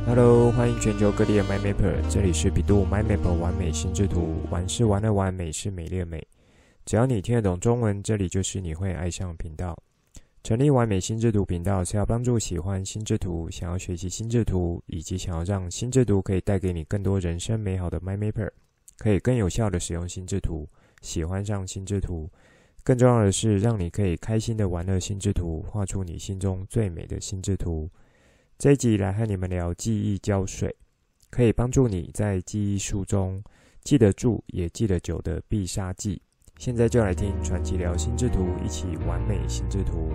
Hello，欢迎全球各地的 MyMapper， 这里是比度 MyMapper 完美心智图，玩是玩的玩，美是美丽的美。只要你听得懂中文，这里就是你会爱上的频道。成立完美心智图频道是要帮助喜欢心智图、想要学习心智图，以及想要让心智图可以带给你更多人生美好的 MyMapper， 可以更有效的使用心智图，喜欢上心智图。更重要的是，让你可以开心的玩乐心智图，画出你心中最美的心智图。这一集来和你们聊记忆胶水，可以帮助你在记忆术中记得住也记得久的必杀技。现在就来听传奇聊心智图，一起完美心智图。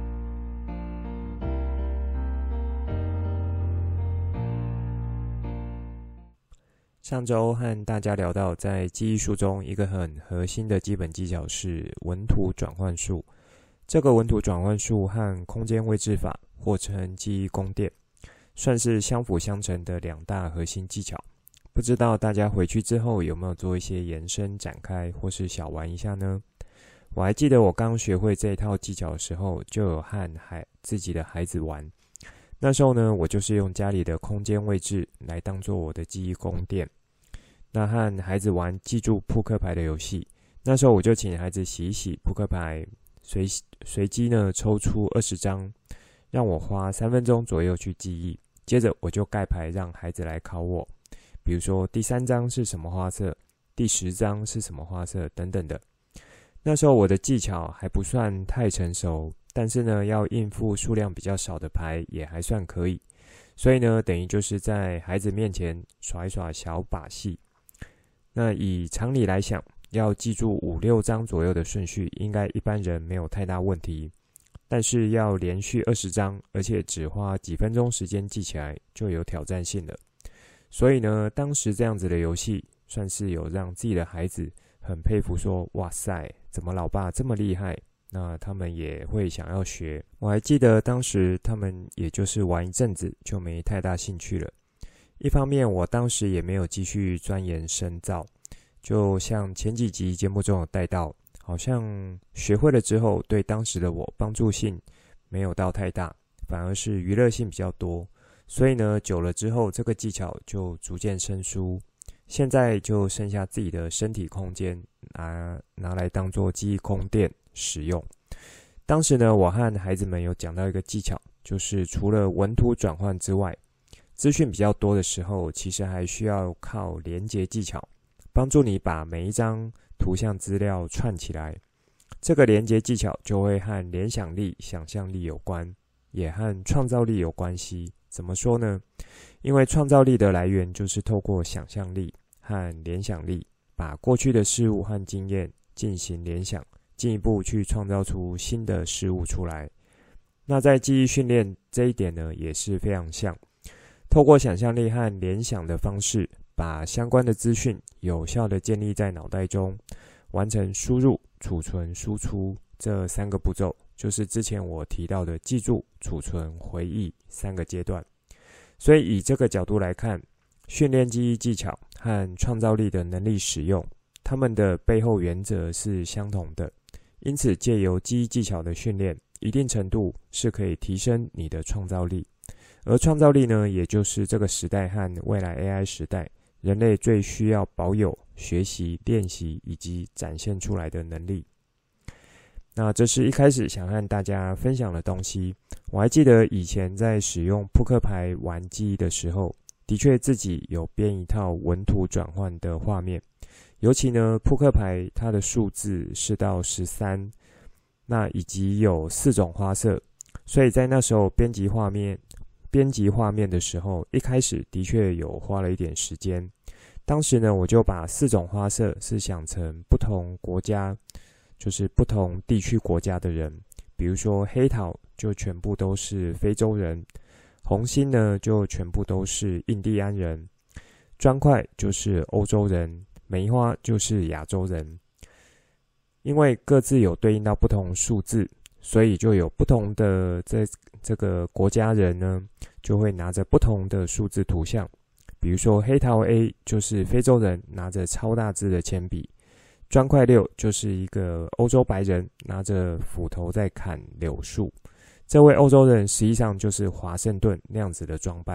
上周和大家聊到，在记忆术中一个很核心的基本技巧是文图转换术。这个文图转换术和空间位置法，或称记忆宫殿，算是相辅相成的两大核心技巧。不知道大家回去之后有没有做一些延伸展开，或是小玩一下呢？我还记得我刚学会这一套技巧的时候，就有和自己的孩子玩。那时候呢，我就是用家里的空间位置来当做我的记忆宫殿。那和孩子玩记住扑克牌的游戏，那时候我就请孩子洗一洗扑克牌，随机呢抽出20张，让我花3分钟左右去记忆。接着我就盖牌让孩子来考我，比如说第3张是什么花色，第10张是什么花色等等的。那时候我的技巧还不算太成熟，但是呢要应付数量比较少的牌也还算可以，所以呢等于就是在孩子面前耍一耍小把戏。那以常理来想，要记住5-6张左右的顺序，应该一般人没有太大问题。但是要连续20张，而且只花几分钟时间记起来，就有挑战性了。所以呢，当时这样子的游戏，算是有让自己的孩子很佩服说，哇塞，怎么老爸这么厉害？那他们也会想要学。我还记得当时他们也就是玩一阵子，就没太大兴趣了。一方面我当时也没有继续钻研深造，就像前几集节目中有带到，好像学会了之后对当时的我帮助性没有到太大，反而是娱乐性比较多。所以呢，久了之后这个技巧就逐渐生疏，现在就剩下自己的身体空间拿来当做记忆宫殿使用。当时呢，我和孩子们有讲到一个技巧，就是除了文图转换之外，资讯比较多的时候，其实还需要靠连结技巧，帮助你把每一张图像资料串起来。这个连结技巧就会和联想力、想象力有关，也和创造力有关系。怎么说呢？因为创造力的来源就是透过想象力和联想力，把过去的事物和经验进行联想，进一步去创造出新的事物出来。那在记忆训练这一点呢，也是非常像。透过想象力和联想的方式，把相关的资讯有效地建立在脑袋中，完成输入、储存、输出这3个步骤，就是之前我提到的记住、储存、回忆3个阶段。所以以这个角度来看，训练记忆技巧和创造力的能力使用，它们的背后原则是相同的。因此借由记忆技巧的训练，一定程度是可以提升你的创造力。而创造力呢，也就是这个时代和未来 AI 时代，人类最需要保有、学习、练习以及展现出来的能力。那这是一开始想和大家分享的东西。我还记得以前在使用扑克牌玩记忆的时候，的确自己有编一套文图转换的画面。尤其呢，扑克牌它的数字是到13，那以及有4种花色，所以在那时候编辑画面的时候，一开始的确有花了一点时间。当时呢，我就把4种花色是想成不同国家，就是不同地区国家的人。比如说黑桃就全部都是非洲人，红心呢就全部都是印第安人，砖块就是欧洲人，梅花就是亚洲人。因为各自有对应到不同数字，所以就有不同的这个国家人呢，就会拿着不同的数字图像。比如说黑桃 A 就是非洲人拿着超大支的铅笔，砖块6就是一个欧洲白人拿着斧头在砍柳树，这位欧洲人实际上就是华盛顿那样子的装扮。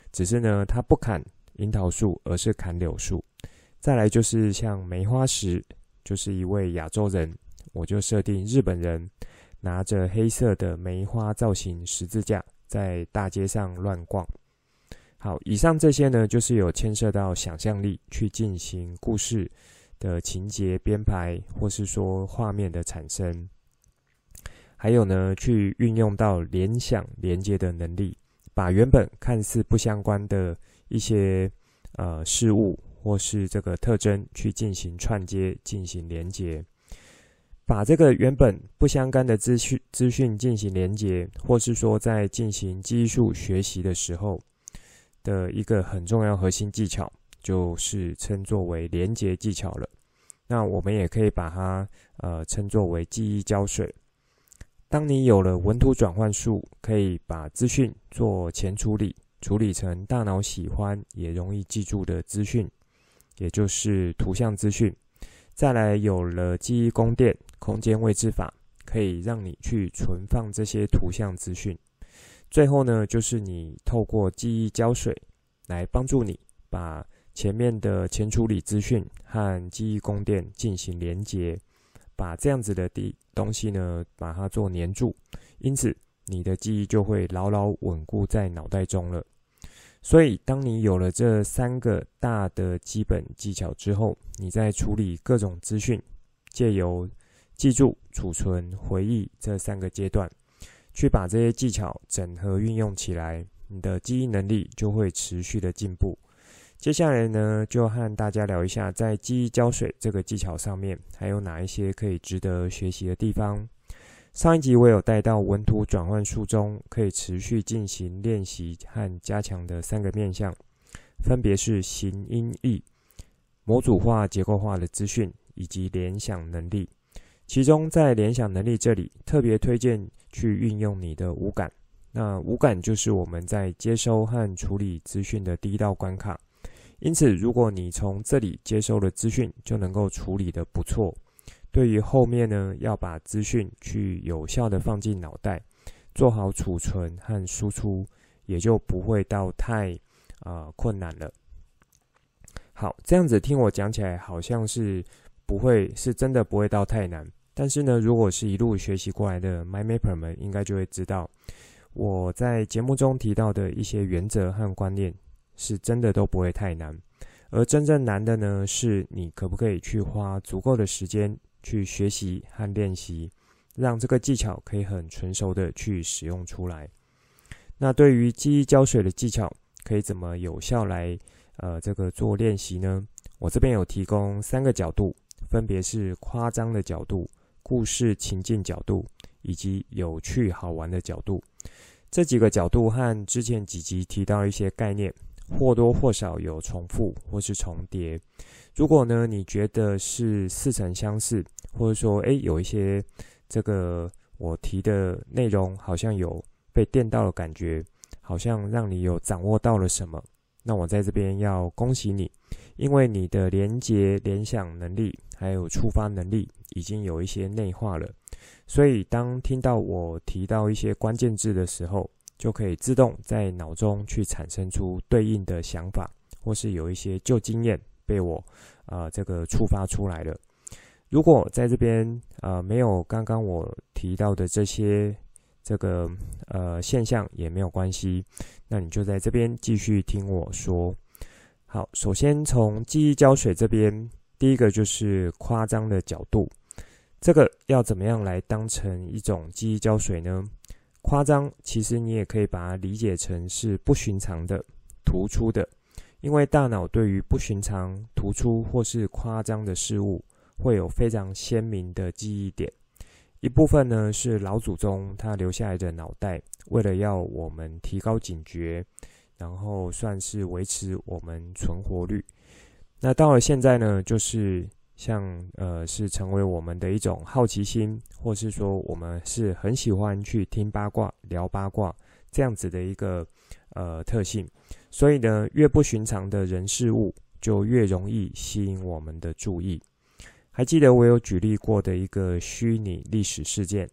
只是呢它不砍樱桃树，而是砍柳树。再来就是像梅花石，就是一位亚洲人，我就设定日本人拿着黑色的梅花造型十字架在大街上乱逛。好，以上这些呢，就是有牵涉到想象力去进行故事的情节编排，或是说画面的产生，还有呢，去运用到联想连接的能力，把原本看似不相关的一些事物或是这个特征去进行串接、进行连接，把这个原本不相干的资讯进行连接，或是说在进行记忆术学习的时候的一个很重要核心技巧，就是称作为连结技巧了。那我们也可以把它称作为记忆胶水。当你有了文图转换术，可以把资讯做前处理，处理成大脑喜欢也容易记住的资讯，也就是图像资讯。再来有了记忆宫殿、空间位置法，可以让你去存放这些图像资讯。最后呢，就是你透过记忆胶水来帮助你把前面的前处理资讯和记忆宫殿进行连结，把这样子的东西呢，把它做黏住，因此你的记忆就会牢牢稳固在脑袋中了。所以当你有了这3个大的基本技巧之后，你在处理各种资讯，借由记住、储存、回忆这3个阶段，去把这些技巧整合运用起来，你的记忆能力就会持续的进步。接下来呢，就和大家聊一下在记忆胶水这个技巧上面还有哪一些可以值得学习的地方。上一集我有带到文图转换术中可以持续进行练习和加强的3个面向，分别是形音义、模组化结构化的资讯以及联想能力。其中在联想能力这里特别推荐去运用你的五感。那五感就是我们在接收和处理资讯的第一道关卡，因此如果你从这里接收了资讯就能够处理得不错，对于后面呢要把资讯去有效的放进脑袋，做好储存和输出，也就不会到太困难了。好，这样子听我讲起来好像是真的不会到太难，但是呢，如果是一路学习过来的 MyMapper 们应该就会知道，我在节目中提到的一些原则和观念是真的都不会太难，而真正难的呢，是你可不可以去花足够的时间去学习和练习，让这个技巧可以很纯熟的去使用出来。那对于记忆胶水的技巧，可以怎么有效来这个做练习呢？我这边有提供3个角度，分别是夸张的角度、故事情境角度以及有趣好玩的角度。这几个角度和之前几集提到一些概念或多或少有重复或是重叠。如果呢你觉得是似曾相识，或者说有一些这个我提的内容好像有被电到的感觉，好像让你有掌握到了什么，那我在这边要恭喜你，因为你的连结、联想能力还有触发能力已经有一些内化了，所以当听到我提到一些关键字的时候，就可以自动在脑中去产生出对应的想法，或是有一些旧经验被我这个触发出来了。如果在这边没有刚刚我提到的这些这个现象也没有关系，那你就在这边继续听我说。好，首先从记忆胶水这边，第一个就是夸张的角度，这个要怎么样来当成一种记忆胶水呢？夸张其实你也可以把它理解成是不寻常的、突出的，因为大脑对于不寻常、突出或是夸张的事物会有非常鲜明的记忆点。一部分呢是老祖宗他留下来的脑袋，为了要我们提高警觉，然后算是维持我们存活率。那到了现在呢，就是像是成为我们的一种好奇心，或是说我们是很喜欢去听八卦、聊八卦这样子的一个特性。所以呢，越不寻常的人事物就越容易吸引我们的注意。还记得我有举例过的一个虚拟历史事件，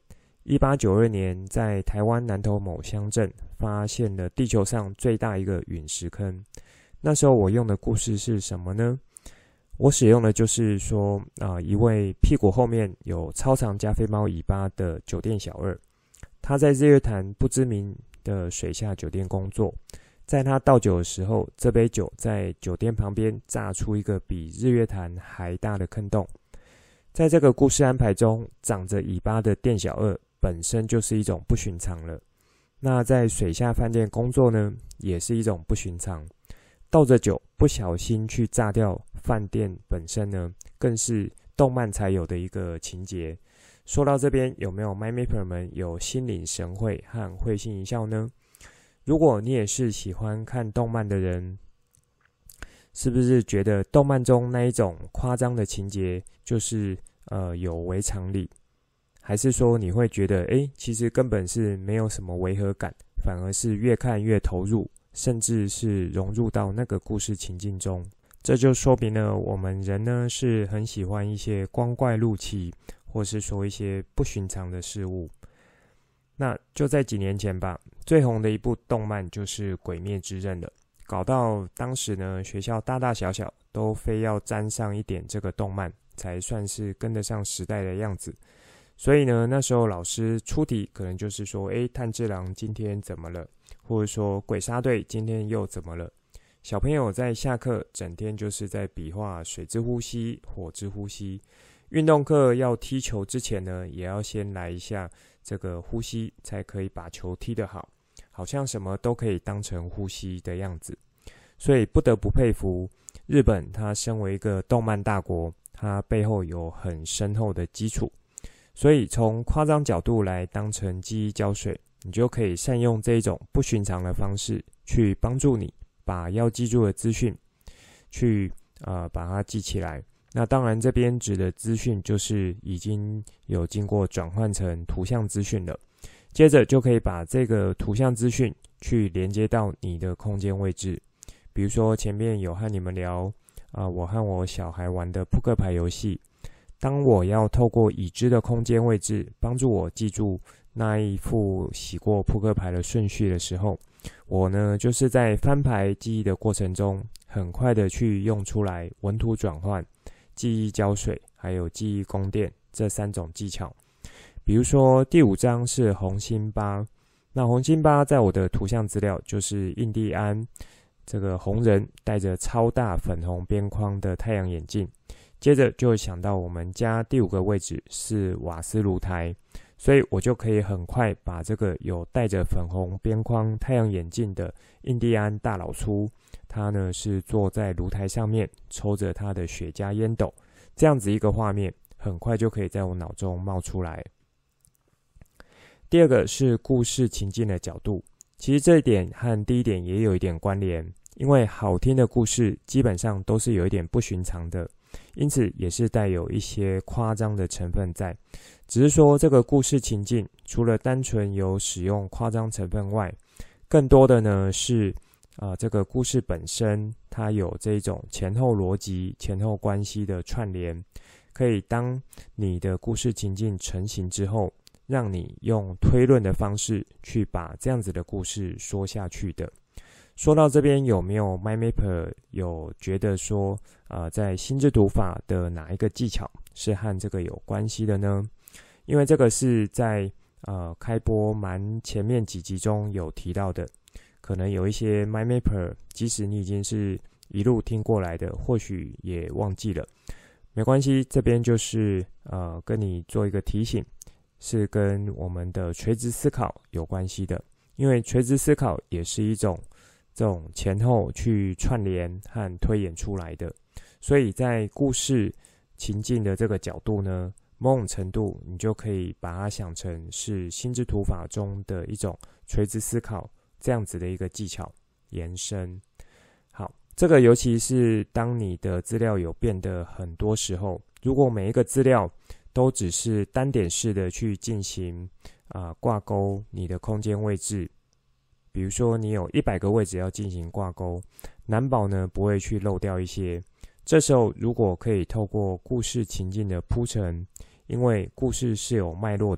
1892年在台湾南投某乡镇发现了地球上最大一个陨石坑。那时候我用的故事是什么呢？我使用的就是说一位屁股后面有超长加菲猫尾巴的酒店小二，他在日月潭不知名的水下酒店工作。在他倒酒的时候，这杯酒在酒店旁边炸出一个比日月潭还大的坑洞。在这个故事安排中，长着尾巴的店小二本身就是一种不寻常了。那在水下饭店工作呢，也是一种不寻常。倒着酒不小心去炸掉饭店本身呢，更是动漫才有的一个情节。说到这边，有没有 MyMapper 们有心领神会和会心一笑呢？如果你也是喜欢看动漫的人，是不是觉得动漫中那一种夸张的情节就是有违常理？还是说你会觉得其实根本是没有什么违和感，反而是越看越投入，甚至是融入到那个故事情境中？这就说明了我们人呢是很喜欢一些光怪陆奇，或是说一些不寻常的事物。那就在几年前吧，最红的一部动漫就是《鬼灭之刃》了，搞到当时呢学校大大小小都非要沾上一点这个动漫，才算是跟得上时代的样子。所以呢那时候老师出题可能就是说炭治郎今天怎么了，或者说鬼杀队今天又怎么了。小朋友在下课整天就是在比划水之呼吸、火之呼吸。运动课要踢球之前呢，也要先来一下这个呼吸，才可以把球踢得好，好像什么都可以当成呼吸的样子。所以不得不佩服日本，它身为一个动漫大国，它背后有很深厚的基础。所以从夸张角度来当成记忆胶水，你就可以善用这一种不寻常的方式，去帮助你把要记住的资讯去把它记起来。那当然这边指的资讯就是已经有经过转换成图像资讯了，接着就可以把这个图像资讯去连接到你的空间位置。比如说前面有和你们聊我和我小孩玩的扑克牌游戏，当我要透过已知的空间位置帮助我记住那一副洗过扑克牌的顺序的时候，我呢就是在翻牌记忆的过程中，很快的去用出来文图转换、记忆胶水还有记忆宫殿这3种技巧。比如说第5章是红心八，那红心八在我的图像资料就是印第安这个红人戴着超大粉红边框的太阳眼镜。接着就想到我们家第5个位置是瓦斯炉台，所以我就可以很快把这个有戴着粉红边框太阳眼镜的印第安大老粗，他呢是坐在炉台上面抽着他的雪茄烟斗，这样子一个画面很快就可以在我脑中冒出来。第2个是故事情境的角度，其实这一点和第一点也有一点关联，因为好听的故事基本上都是有一点不寻常的，因此也是带有一些夸张的成分在。只是说这个故事情境除了单纯有使用夸张成分外，更多的呢是这个故事本身它有这种前后逻辑、前后关系的串联，可以当你的故事情境成型之后，让你用推论的方式去把这样子的故事说下去的。说到这边，有没有 MyMapper 有觉得说在心智图法的哪一个技巧是和这个有关系的呢？因为这个是在开播蛮前面几集中有提到的，可能有一些 MyMapper 即使你已经是一路听过来的，或许也忘记了，没关系，这边就是跟你做一个提醒，是跟我们的垂直思考有关系的。因为垂直思考也是一种这种前后去串联和推演出来的，所以在故事情境的这个角度呢，某种程度你就可以把它想成是心智图法中的一种垂直思考这样子的一个技巧延伸。好，这个尤其是当你的资料有变得很多时候，如果每一个资料都只是单点式的去进行挂钩你的空间位置，比如说你有100个位置要进行挂钩，难保呢不会去漏掉一些。这时候如果可以透过故事情境的铺陈，因为故事是有脉络的，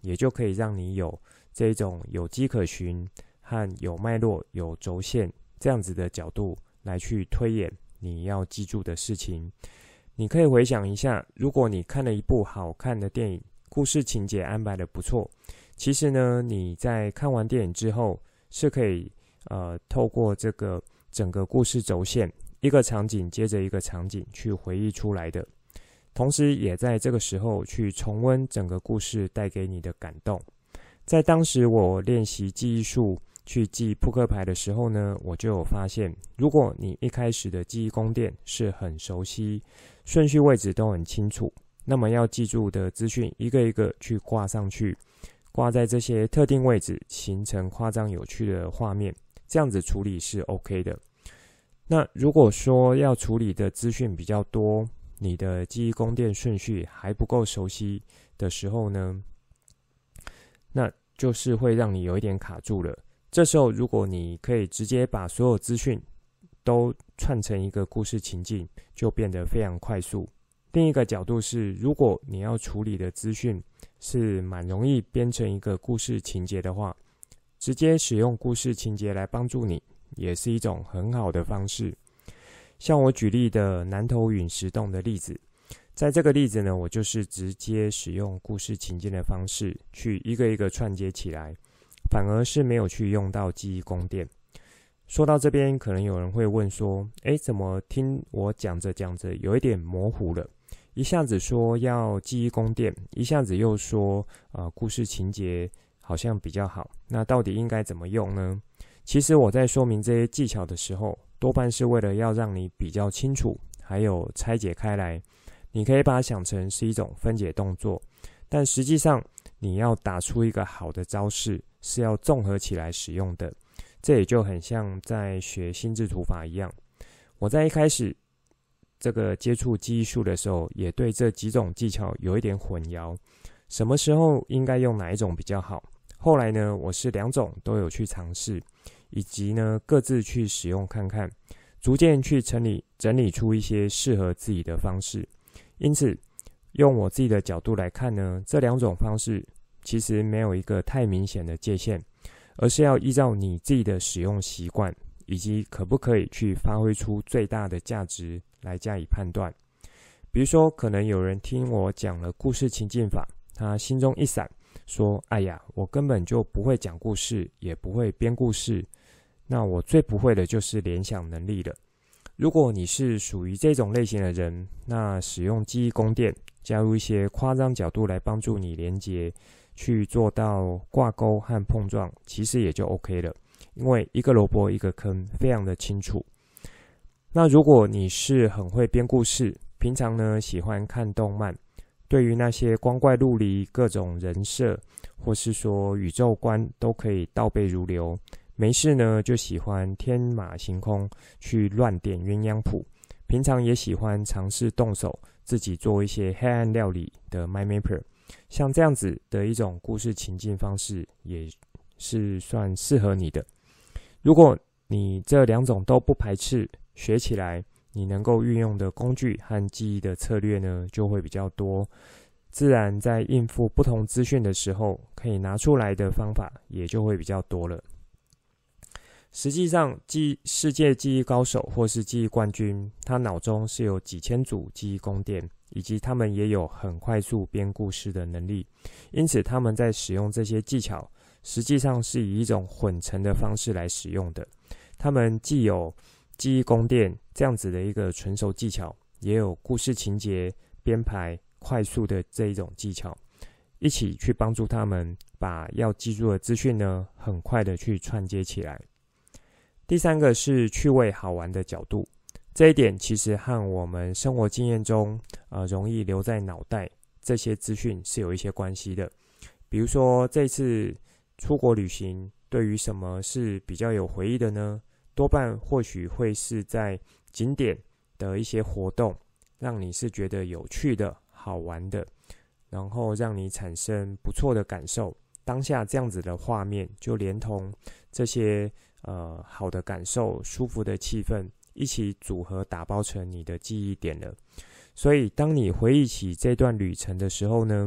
也就可以让你有这种有迹可循和有脉络、有轴线这样子的角度来去推演你要记住的事情。你可以回想一下，如果你看了一部好看的电影，故事情节安排的不错，其实呢，你在看完电影之后是可以透过这个整个故事轴线，一个场景接着一个场景去回忆出来的，同时也在这个时候去重温整个故事带给你的感动。在当时我练习记忆术去记扑克牌的时候呢，我就有发现，如果你一开始的记忆宫殿是很熟悉，顺序位置都很清楚，那么要记住的资讯一个一个去挂上去，挂在这些特定位置，形成夸张有趣的画面，这样子处理是 OK 的。那如果说要处理的资讯比较多，你的记忆宫殿顺序还不够熟悉的时候呢，那就是会让你有一点卡住了。这时候如果你可以直接把所有资讯都串成一个故事情境，就变得非常快速。另一个角度是，如果你要处理的资讯是蛮容易编成一个故事情节的话，直接使用故事情节来帮助你，也是一种很好的方式。像我举例的南投陨石洞的例子，在这个例子呢，我就是直接使用故事情境的方式去一个一个串接起来，反而是没有去用到记忆宫殿。说到这边，可能有人会问说，怎么听我讲着讲着有一点模糊了，一下子说要记忆宫殿，一下子又说故事情节好像比较好，那到底应该怎么用呢？其实我在说明这些技巧的时候，多半是为了要让你比较清楚，还有拆解开来。你可以把它想成是一种分解动作，但实际上你要打出一个好的招式，是要综合起来使用的。这也就很像在学心智图法一样。我在一开始这个接触记忆术的时候，也对这几种技巧有一点混淆，什么时候应该用哪一种比较好。后来呢，我是两种都有去尝试，以及呢各自去使用看看，逐渐去整理出一些适合自己的方式。因此用我自己的角度来看呢，这两种方式其实没有一个太明显的界限，而是要依照你自己的使用习惯，以及可不可以去发挥出最大的价值来加以判断。比如说，可能有人听我讲了故事情境法，他心中一闪，说哎呀，我根本就不会讲故事，也不会编故事，那我最不会的就是联想能力了。如果你是属于这种类型的人，那使用记忆宫殿，加入一些夸张角度来帮助你连结，去做到挂钩和碰撞，其实也就 OK 了，因为一个萝卜一个坑，非常的清楚。那如果你是很会编故事，平常呢喜欢看动漫，对于那些光怪陆离、各种人设，或是说宇宙观都可以倒背如流，没事呢就喜欢天马行空去乱点鸳鸯谱，平常也喜欢尝试动手自己做一些黑暗料理的 MyMapper， 像这样子的一种故事情境方式也是算适合你的。如果你这两种都不排斥，学起来你能够运用的工具和记忆的策略呢就会比较多，自然在应付不同资讯的时候，可以拿出来的方法也就会比较多了。实际上，世界记忆高手或是记忆冠军，他脑中是有几千组记忆宫殿，以及他们也有很快速编故事的能力。因此，他们在使用这些技巧，实际上是以一种混成的方式来使用的。他们既有记忆宫殿这样子的一个纯熟技巧，也有故事情节编排快速的这一种技巧，一起去帮助他们把要记住的资讯呢，很快的去串接起来。第三个是趣味好玩的角度，这一点其实和我们生活经验中容易留在脑袋这些资讯是有一些关系的。比如说这次出国旅行，对于什么是比较有回忆的呢？多半或许会是在景点的一些活动，让你是觉得有趣的、好玩的，然后让你产生不错的感受。当下这样子的画面，就连同这些好的感受、舒服的气氛一起组合打包成你的记忆点了。所以当你回忆起这段旅程的时候呢，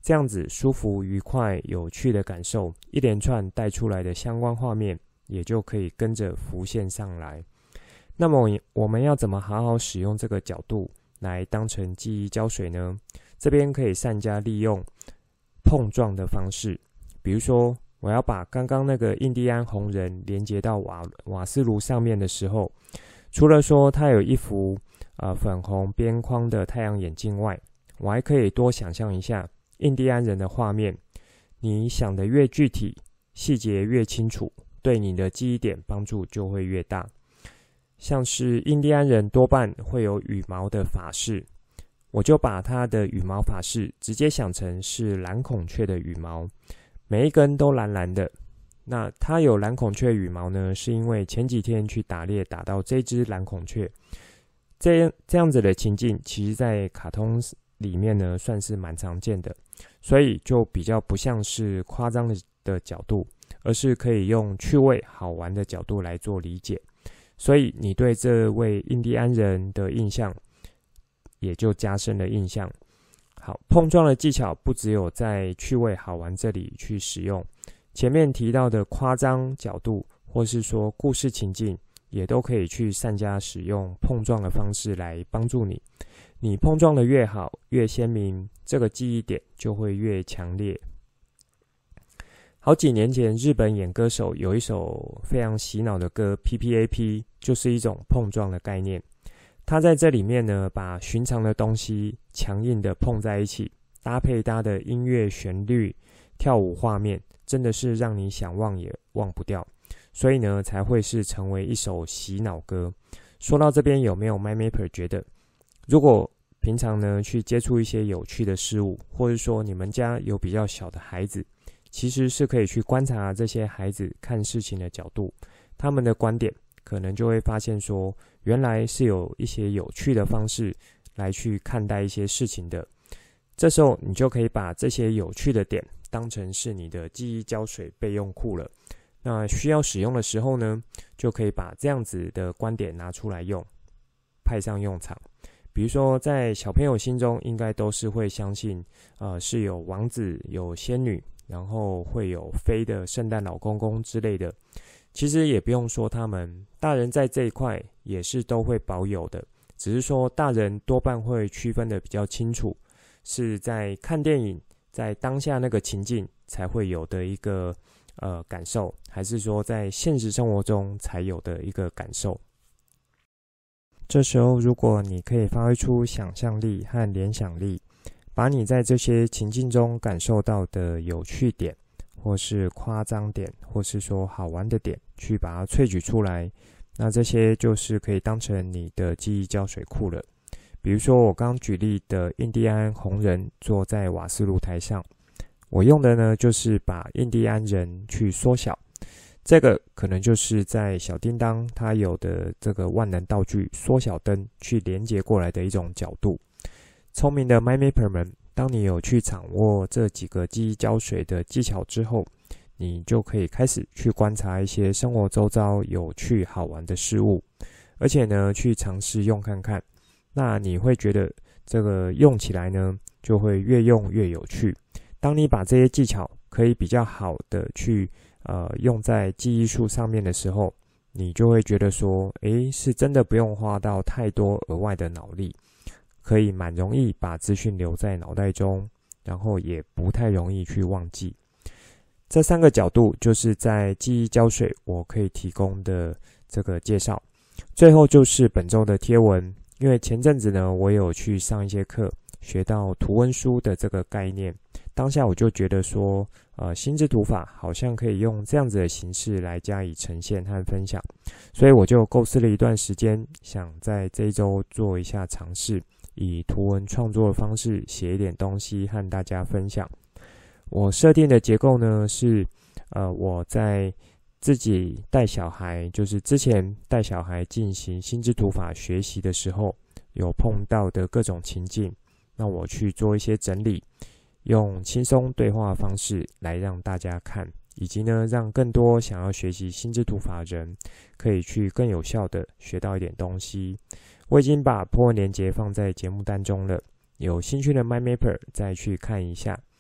这样子舒服、愉快、有趣的感受，一连串带出来的相关画面也就可以跟着浮现上来。那么我们要怎么好好使用这个角度来当成记忆胶水呢？这边可以善加利用碰撞的方式，比如说我要把刚刚那个印第安红人连接到瓦斯炉上面的时候，除了说它有一幅粉红边框的太阳眼镜外，我还可以多想象一下印第安人的画面。你想的越具体，细节越清楚，对你的记忆点帮助就会越大。像是印第安人多半会有羽毛的发饰，我就把它的羽毛发饰直接想成是蓝孔雀的羽毛，每一根都蓝蓝的。那它有蓝孔雀羽毛呢，是因为前几天去打猎打到这只蓝孔雀。这样子的情境，其实在卡通里面呢算是蛮常见的，所以就比较不像是夸张的角度，而是可以用趣味好玩的角度来做理解。所以你对这位印第安人的印象也就加深了印象。好，碰撞的技巧不只有在趣味好玩这里去使用，前面提到的夸张角度或是说故事情境，也都可以去善加使用碰撞的方式来帮助你。你碰撞的越好越鲜明，这个记忆点就会越强烈。好几年前，日本演歌手有一首非常洗脑的歌 PPAP， 就是一种碰撞的概念。他在这里面呢，把寻常的东西强硬的碰在一起，搭配他的音乐旋律、跳舞画面，真的是让你想忘也忘不掉。所以呢，才会是成为一首洗脑歌。说到这边，有没有 MyMapper 觉得，如果平常呢去接触一些有趣的事物，或者说你们家有比较小的孩子，其实是可以去观察这些孩子看事情的角度，他们的观点可能就会发现说，原来是有一些有趣的方式来去看待一些事情的。这时候你就可以把这些有趣的点当成是你的记忆胶水备用库了。那需要使用的时候呢，就可以把这样子的观点拿出来用，派上用场。比如说在小朋友心中应该都是会相信是有王子有仙女，然后会有飞的圣诞老公公之类的。其实也不用说他们，大人在这一块也是都会保有的，只是说大人多半会区分的比较清楚，是在看电影在当下那个情境才会有的一个感受，还是说在现实生活中才有的一个感受。这时候如果你可以发挥出想象力和联想力，把你在这些情境中感受到的有趣点，或是夸张点，或是说好玩的点，去把它萃取出来，那这些就是可以当成你的记忆胶水库了。比如说我刚举例的印第安红人坐在瓦斯炉台上，我用的呢就是把印第安人去缩小，这个可能就是在小叮当它有的这个万能道具缩小灯去连接过来的一种角度。聪明的 MyMapper 们，当你有去掌握这几个记忆胶水的技巧之后，你就可以开始去观察一些生活周遭有趣好玩的事物，而且呢去尝试用看看。那你会觉得这个用起来呢就会越用越有趣。当你把这些技巧可以比较好的去用在记忆术上面的时候，你就会觉得说，是真的不用花到太多额外的脑力，可以蛮容易把资讯留在脑袋中，然后也不太容易去忘记。这3个角度就是在记忆胶水我可以提供的这个介绍。最后就是本周的贴文，因为前阵子呢我有去上一些课，学到图文书的这个概念，当下我就觉得说心智图法好像可以用这样子的形式来加以呈现和分享，所以我就构思了一段时间，想在这一周做一下尝试，以图文创作的方式写一点东西和大家分享。我设定的结构呢是我在自己带小孩，就是之前带小孩进行心智图法学习的时候有碰到的各种情境，那我去做一些整理，用轻松对话的方式来让大家看，以及呢让更多想要学习心智图法的人可以去更有效的学到一点东西。我已经把po文连结放在节目单中了，有兴趣的 MyMapper 再去看一下。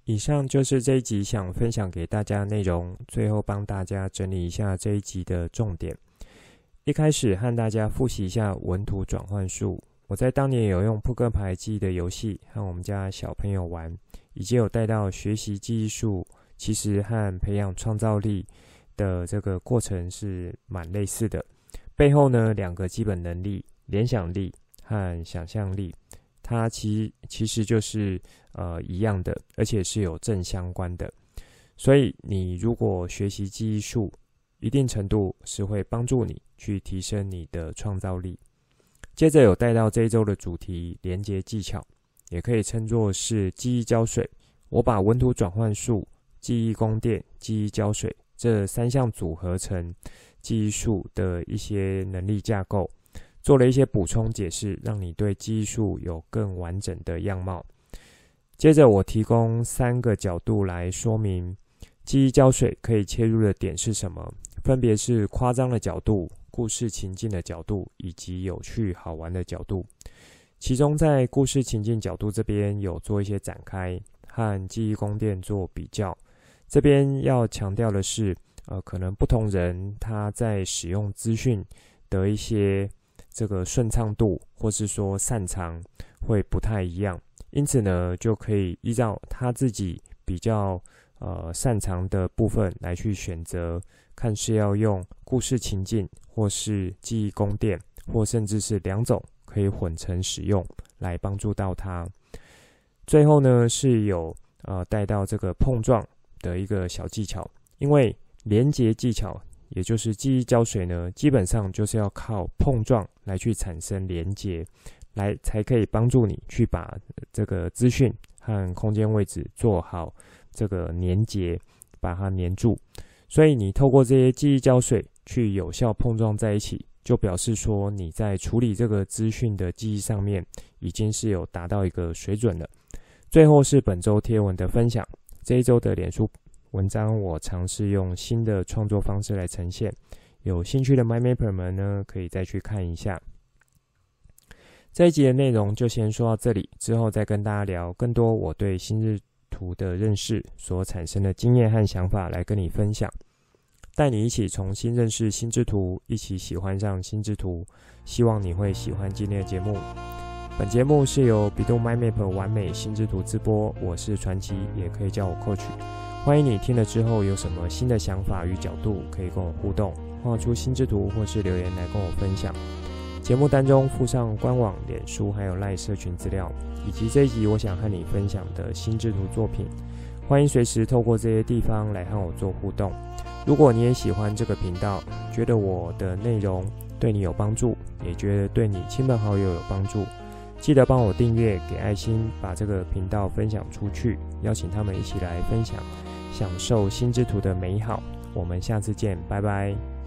以上就是这一集想分享给大家的内容，最后帮大家整理一下这一集的重点。一开始和大家复习一下文图转换术，我在当年有用扑克牌记忆的游戏和我们家小朋友玩，以及有带到学习记忆术，其实和培养创造力的这个过程是蛮类似的。背后呢，两个基本能力，联想力和想象力，它其实就是一样的，而且是有正相关的。所以你如果学习记忆术，一定程度是会帮助你去提升你的创造力。接着有带到这一周的主题，连结技巧，也可以称作是记忆胶水。我把文图转换术、记忆宫殿、记忆胶水这3项组合成记忆术的一些能力架构，做了一些补充解释，让你对记忆术有更完整的样貌。接着我提供3个角度来说明记忆胶水可以切入的点是什么，分别是夸张的角度、故事情境的角度以及有趣好玩的角度。其中在故事情境角度这边有做一些展开，和记忆宫殿做比较。这边要强调的是可能不同人他在使用资讯的一些这个顺畅度或是说擅长会不太一样，因此呢就可以依照他自己比较擅长的部分来去选择，看是要用故事情境或是记忆宫殿，或甚至是2种可以混成使用来帮助到他。最后呢是有带到这个碰撞的一个小技巧，因为连结技巧也就是记忆胶水呢，基本上就是要靠碰撞来去产生连结，来才可以帮助你去把这个资讯和空间位置做好这个连结，把它黏住。所以你透过这些记忆胶水去有效碰撞在一起，就表示说你在处理这个资讯的记忆上面已经是有达到一个水准了。最后是本周贴文的分享，这一周的脸书文章我尝试用新的创作方式来呈现，有兴趣的 MyMapper 们呢可以再去看一下。这一集的内容就先说到这里，之后再跟大家聊更多我对心智图的认识所产生的经验和想法来跟你分享，带你一起重新认识心智图，一起喜欢上心智图。希望你会喜欢今天的节目。本节目是由 bEDU MyMap 完美心智图直播，我是传奇，也可以叫我 Coach。欢迎你听了之后有什么新的想法与角度，可以跟我互动，画出心智图或是留言来跟我分享。节目单中附上官网、脸书还有 LINE 社群资料，以及这一集我想和你分享的心智图作品。欢迎随时透过这些地方来和我做互动。如果你也喜欢这个频道，觉得我的内容对你有帮助，也觉得对你亲朋好友有帮助，记得帮我订阅、给爱心，把这个频道分享出去，邀请他们一起来分享享受心智图的美好。我们下次见，拜拜。